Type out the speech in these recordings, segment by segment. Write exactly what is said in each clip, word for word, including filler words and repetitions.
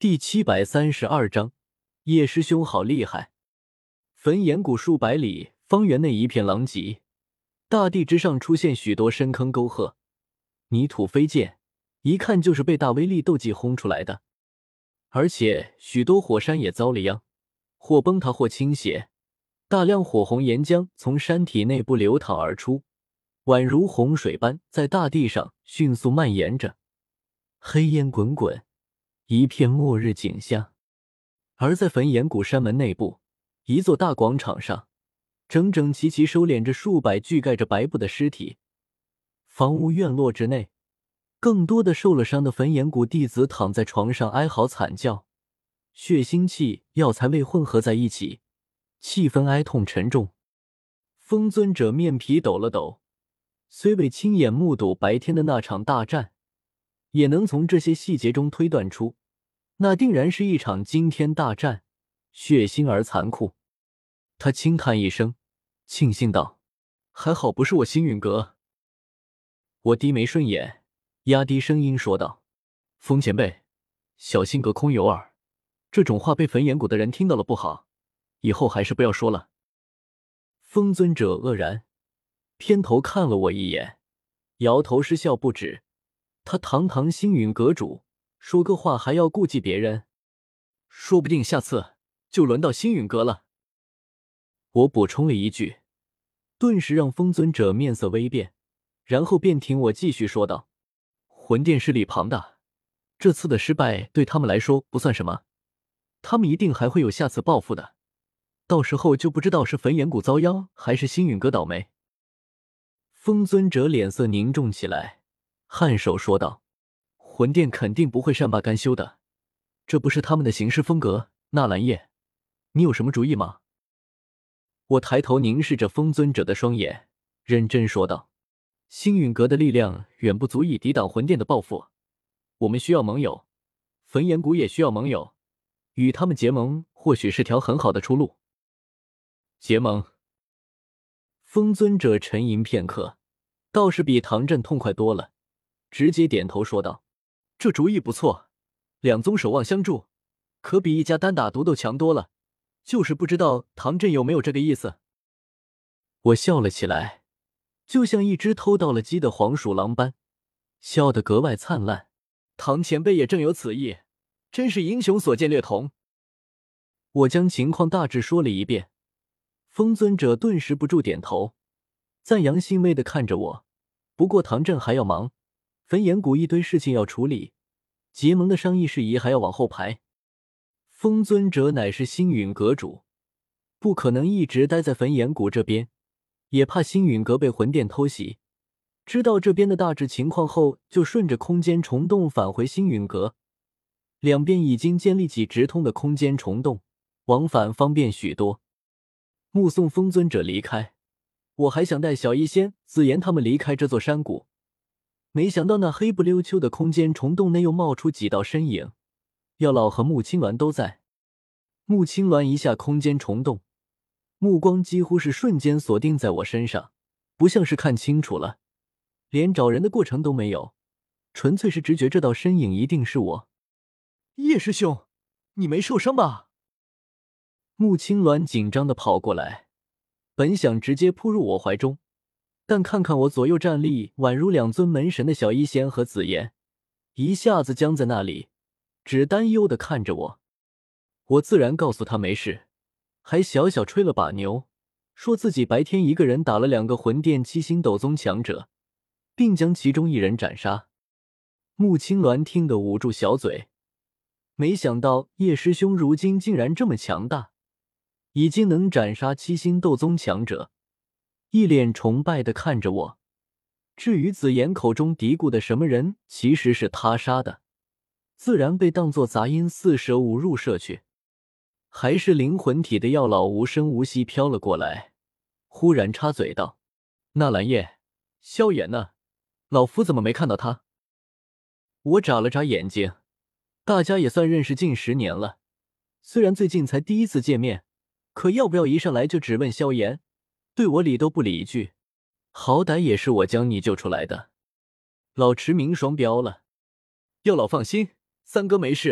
第七百三十二章，叶师兄好厉害！焚炎谷数百里方圆内一片狼藉，大地之上出现许多深坑沟壑，泥土飞溅，一看就是被大威力斗技轰出来的。而且许多火山也遭了殃，或崩塌或倾斜，大量火红岩浆从山体内部流淌而出，宛如洪水般在大地上迅速蔓延着，黑烟滚滚，一片末日景象。而在焚炎谷山门内部，一座大广场上，整整齐齐收敛着数百具盖着白布的尸体。房屋院落之内，更多的受了伤的焚炎谷弟子躺在床上哀嚎惨叫，血腥气、药材味混合在一起，气氛哀痛沉重。风尊者面皮抖了抖，虽未亲眼目睹白天的那场大战，也能从这些细节中推断出，那定然是一场惊天大战，血腥而残酷。他轻叹一声，庆幸道：“还好不是我星陨阁。”我低眉顺眼，压低声音说道：“风前辈，小心隔空有耳，这种话被焚炎谷的人听到了不好，以后还是不要说了。”风尊者愕然，偏头看了我一眼，摇头失笑不止。他堂堂星陨阁主，说个话还要顾忌别人，说不定下次就轮到星陨阁了。我补充了一句，顿时让风尊者面色微变，然后便听我继续说道：“魂殿势力庞大，这次的失败对他们来说不算什么，他们一定还会有下次报复的，到时候就不知道是焚炎谷遭殃，还是星陨阁倒霉。”风尊者脸色凝重起来，颔首说道：“魂殿肯定不会善罢甘休的，这不是他们的行事风格。纳兰叶，你有什么主意吗？”我抬头凝视着风尊者的双眼，认真说道：“星陨阁的力量远不足以抵挡魂殿的报复，我们需要盟友，焚炎谷也需要盟友，与他们结盟或许是条很好的出路。”结盟？风尊者沉吟片刻，倒是比唐振痛快多了，直接点头说道：“这主意不错，两宗守望相助，可比一家单打独斗强多了，就是不知道唐振有没有这个意思。”我笑了起来，就像一只偷到了鸡的黄鼠狼般，笑得格外灿烂。唐前辈也正有此意，真是英雄所见略同。我将情况大致说了一遍，风尊者顿时不住点头，赞扬欣慰地看着我。不过唐振还要忙，焚炎谷一堆事情要处理，结盟的商议事宜还要往后排。风尊者乃是星陨阁主，不可能一直待在焚炎谷这边，也怕星陨阁被魂殿偷袭。知道这边的大致情况后，就顺着空间虫洞返回星陨阁。两边已经建立起直通的空间虫洞，往返方便许多。目送风尊者离开，我还想带小医仙、紫妍他们离开这座山谷，没想到那黑不溜秋的空间虫洞内又冒出几道身影，药老和穆青鸾都在。穆青鸾一下空间虫洞，目光几乎是瞬间锁定在我身上，不像是看清楚了，连找人的过程都没有，纯粹是直觉这道身影一定是我。叶师兄，你没受伤吧？穆青鸾紧张地跑过来，本想直接扑入我怀中，但看看我左右站立宛如两尊门神的小医仙和紫妍，一下子僵在那里，只担忧地看着我。我自然告诉他没事，还小小吹了把牛，说自己白天一个人打了两个魂殿七星斗宗强者，并将其中一人斩杀。穆青鸾听得捂住小嘴，没想到叶师兄如今竟然这么强大，已经能斩杀七星斗宗强者，一脸崇拜地看着我。至于紫妍口中嘀咕的什么人其实是他杀的，自然被当作杂音四舍五入射去。还是灵魂体的药老无声无息飘了过来，忽然插嘴道：“纳兰叶，萧炎呢？老夫怎么没看到他？”我眨了眨眼睛，大家也算认识近十年了，虽然最近才第一次见面，可要不要一上来就只问萧炎，对我理都不理一句，好歹也是我将你救出来的。老迟明双标了。药老放心，三哥没事，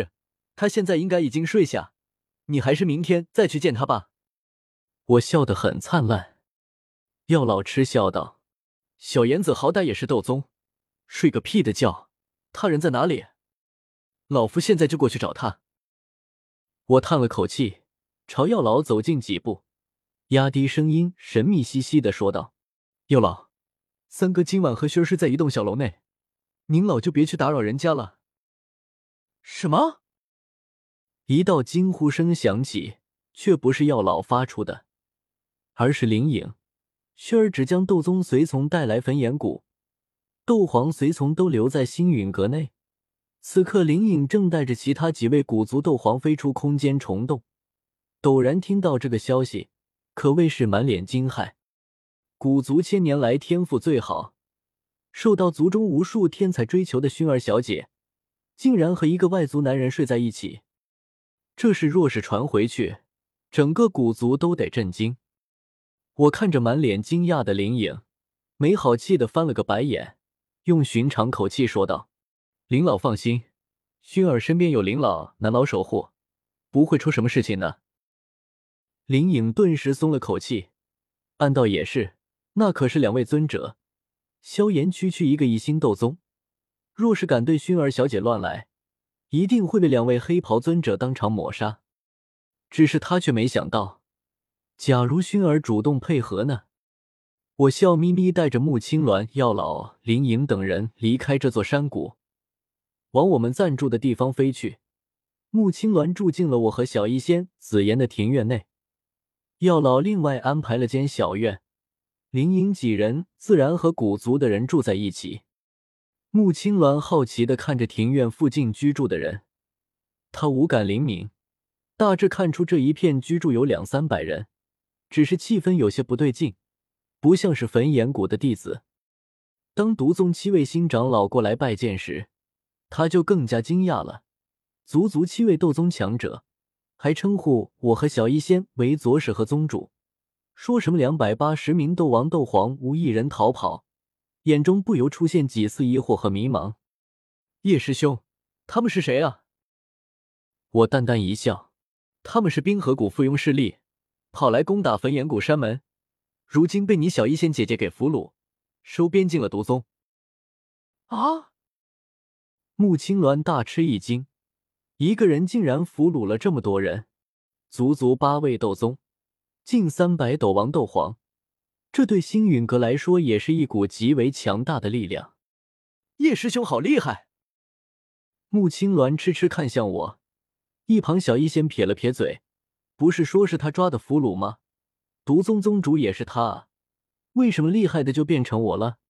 他现在应该已经睡下，你还是明天再去见他吧。 我笑得很灿烂。药老嗤笑道：“ 小妍子好歹也是斗宗，睡个屁的觉，他人在哪里？老夫现在就过去找他。” 我叹了口气，朝药老走近几步，压低声音，神秘兮兮地说道：“ 药老，三哥今晚和薰儿睡在一栋小楼内，您老就别去打扰人家了。”什么？ 一道惊呼声响起，却不是药老发出的，而是灵影。薰儿只将斗宗随从带来焚炎谷，斗皇随从都留在星陨阁内。此刻灵影正带着其他几位古族斗皇飞出空间虫洞，陡然听到这个消息，可谓是满脸惊骇。古族千年来天赋最好，受到族中无数天才追求的薰儿小姐，竟然和一个外族男人睡在一起。这事若是传回去，整个古族都得震惊。我看着满脸惊讶的灵影，没好气地翻了个白眼，用寻常口气说道：“林老放心，薰儿身边有林老南老守护，不会出什么事情的。”灵影顿时松了口气，暗道也是，那可是两位尊者，萧炎区区一个一星斗宗，若是敢对薰儿小姐乱来，一定会被两位黑袍尊者当场抹杀。只是他却没想到，假如薰儿主动配合呢？我笑眯眯带着穆青鸾、药老、林颖等人离开这座山谷，往我们暂住的地方飞去。穆青鸾住进了我和小医仙、紫妍的庭院内，药老另外安排了间小院，林颖几人自然和古族的人住在一起。穆青鸾好奇地看着庭院附近居住的人，他五感灵敏，大致看出这一片居住有两三百人，只是气氛有些不对劲，不像是焚炎谷的弟子。当毒宗七位新长老过来拜见时，他就更加惊讶了，足足七位斗宗强者，还称呼我和小医仙为左使和宗主，说什么两百八十名斗王斗皇无一人逃跑，眼中不由出现几丝疑惑和迷茫。 叶师兄，他们是谁啊？ 我淡淡一笑， 他们是冰河谷附庸势力，跑来攻打焚炎谷山门，如今被你小医仙姐姐给俘虏，收编进了毒宗。 啊！穆青鸾大吃一惊，一个人竟然俘虏了这么多人，足足八位斗宗，近三百斗王斗皇，这对星陨阁来说也是一股极为强大的力量。 叶师兄好厉害！ 穆青鸾痴痴看向我，一旁小医仙撇了撇嘴，不是说是他抓的俘虏吗？毒宗宗主也是他啊，为什么厉害的就变成我了？